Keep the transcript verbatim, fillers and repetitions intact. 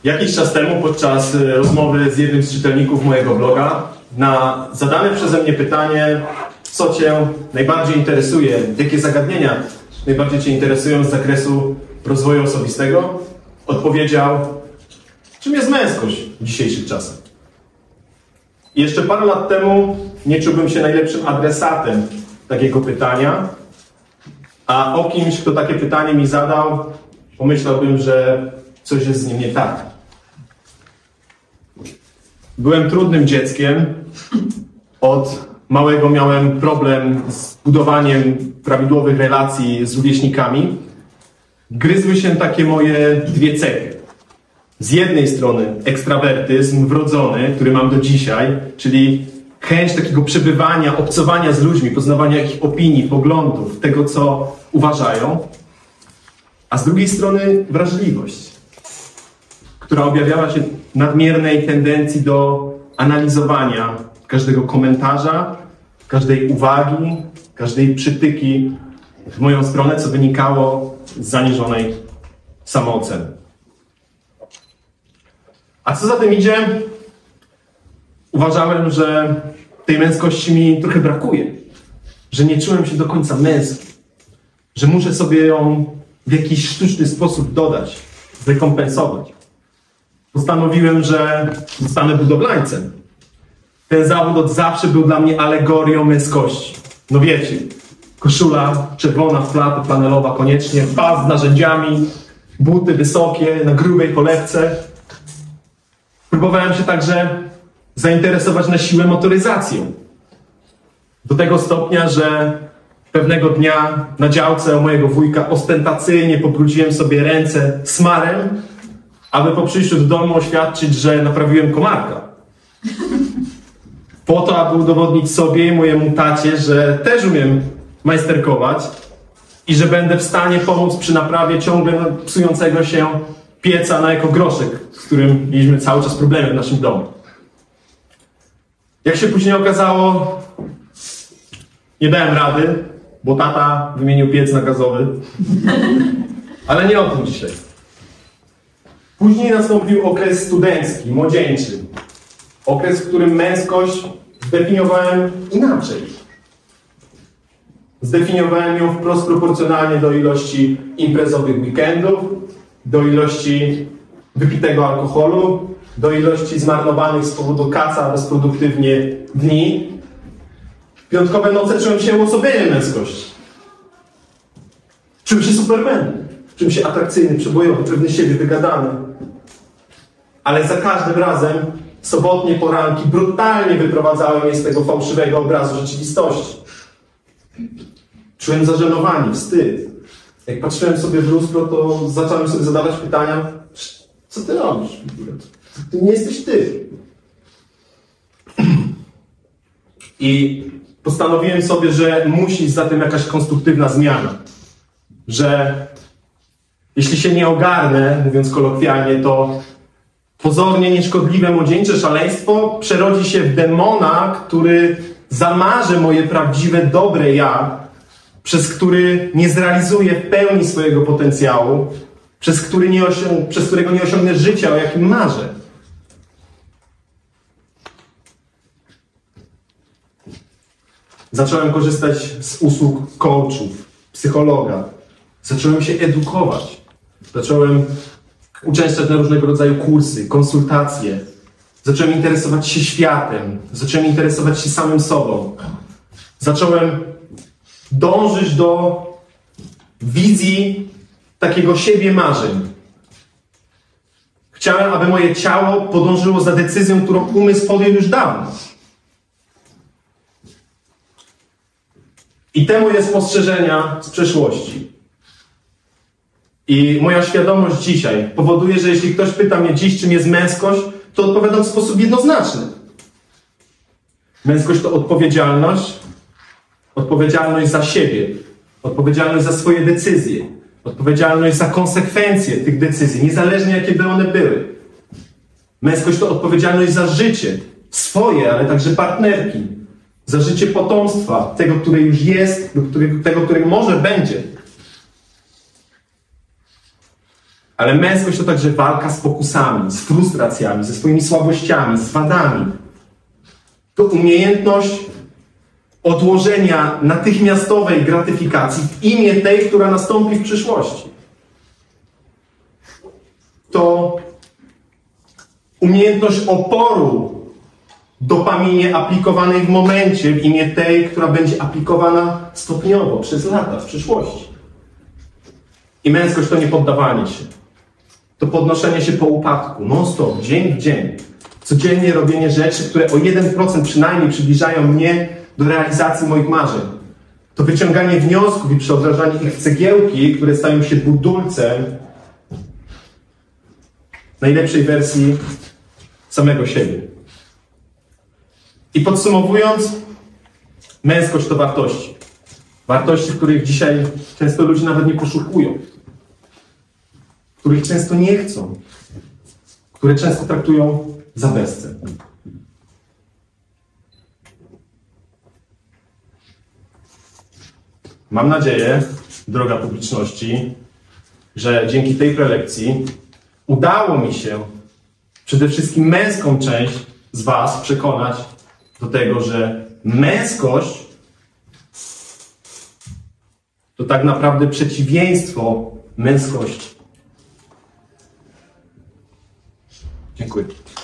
Jakiś czas temu podczas rozmowy z jednym z czytelników mojego bloga na zadane przeze mnie pytanie, co Cię najbardziej interesuje, jakie zagadnienia najbardziej Cię interesują z zakresu rozwoju osobistego, odpowiedział, czym jest męskość w dzisiejszych czasach. I jeszcze parę lat temu nie czułbym się najlepszym adresatem takiego pytania, a o kimś, kto takie pytanie mi zadał, pomyślałbym, że coś jest z nim nie tak. Byłem trudnym dzieckiem. Od małego miałem problem z budowaniem prawidłowych relacji z rówieśnikami. Gryzły się takie moje dwie cechy. Z jednej strony ekstrawertyzm wrodzony, który mam do dzisiaj, czyli chęć takiego przebywania, obcowania z ludźmi, poznawania ich opinii, poglądów, tego, co uważają. A z drugiej strony wrażliwość, która objawiała się nadmiernej tendencji do analizowania każdego komentarza, każdej uwagi, każdej przytyki w moją stronę, co wynikało z zaniżonej samooceny. A co za tym idzie? Uważałem, że tej męskości mi trochę brakuje, że nie czułem się do końca męski, że muszę sobie ją w jakiś sztuczny sposób dodać, zrekompensować. Postanowiłem, że zostanę budowlańcem. Ten zawód od zawsze był dla mnie alegorią męskości. No wiecie, koszula czerwona, flata flanelowa koniecznie, pas z narzędziami, buty wysokie, na grubej cholewce. Próbowałem się także zainteresować na siłę motoryzacją. Do tego stopnia, że pewnego dnia na działce u mojego wujka ostentacyjnie pobrudziłem sobie ręce smarem, aby po przyjściu do domu oświadczyć, że naprawiłem komarka. Po to, aby udowodnić sobie i mojemu tacie, że też umiem majsterkować i że będę w stanie pomóc przy naprawie ciągle psującego się pieca na ekogroszek, z którym mieliśmy cały czas problemy w naszym domu. Jak się później okazało, nie dałem rady, bo tata wymienił piec na gazowy. Ale nie o tym dzisiaj. Później nastąpił okres studencki, młodzieńczy. Okres, w którym męskość zdefiniowałem inaczej. Zdefiniowałem ją wprost proporcjonalnie do ilości imprezowych weekendów, do ilości wypitego alkoholu, do ilości zmarnowanych z powodu kaca bezproduktywnie dni. W piątkowe noce czułem się uosobieniem męskości. Czułem się supermanem. Czułem się atrakcyjny, przebojowy, pewny siebie, wygadany. Ale za każdym razem sobotnie poranki brutalnie wyprowadzały mnie z tego fałszywego obrazu rzeczywistości. Czułem zażenowanie, wstyd. Jak patrzyłem sobie w lustro, to zacząłem sobie zadawać pytania, co ty robisz? To nie jesteś ty. I postanowiłem sobie, że musi iść za tym jakaś konstruktywna zmiana. Że jeśli się nie ogarnę, mówiąc kolokwialnie, to pozornie nieszkodliwe młodzieńcze szaleństwo przerodzi się w demona, który zamarzy moje prawdziwe, dobre ja, przez który nie zrealizuję w pełni swojego potencjału, przez, który nie osią- przez którego nie osiągnę życia, o jakim marzę. Zacząłem korzystać z usług coachów, psychologa. Zacząłem się edukować. Zacząłem uczęszczać na różnego rodzaju kursy, konsultacje. Zacząłem interesować się światem. Zacząłem interesować się samym sobą. Zacząłem dążyć do wizji takiego siebie marzeń. Chciałem, aby moje ciało podążyło za decyzją, którą umysł podjął już dawno. I te moje spostrzeżenia z przeszłości i moja świadomość dzisiaj powoduje, że jeśli ktoś pyta mnie dziś, czym jest męskość, to odpowiadam w sposób jednoznaczny. Męskość to odpowiedzialność, odpowiedzialność za siebie, odpowiedzialność za swoje decyzje, odpowiedzialność za konsekwencje tych decyzji, niezależnie jakie by one były. Męskość to odpowiedzialność za życie, swoje, ale także partnerki, za życie potomstwa, tego, które już jest, lub tego, którego może będzie. Ale męskość to także walka z pokusami, z frustracjami, ze swoimi słabościami, z wadami. To umiejętność odłożenia natychmiastowej gratyfikacji w imię tej, która nastąpi w przyszłości. To umiejętność oporu dopaminie aplikowanej w momencie w imię tej, która będzie aplikowana stopniowo, przez lata, w przyszłości. I męskość to nie poddawanie się. To podnoszenie się po upadku, non-stop, dzień w dzień. Codziennie robienie rzeczy, które o jeden procent przynajmniej przybliżają mnie do realizacji moich marzeń. To wyciąganie wniosków i przeobrażanie ich w cegiełki, które stają się budulcem najlepszej wersji samego siebie. I podsumowując, męskość to wartości. Wartości, których dzisiaj często ludzie nawet nie poszukują. Których często nie chcą. Które często traktują za bezcen. Mam nadzieję, droga publiczności, że dzięki tej prelekcji udało mi się przede wszystkim męską część z was przekonać do tego, że męskość to tak naprawdę przeciwieństwo męskości. Dziękuję.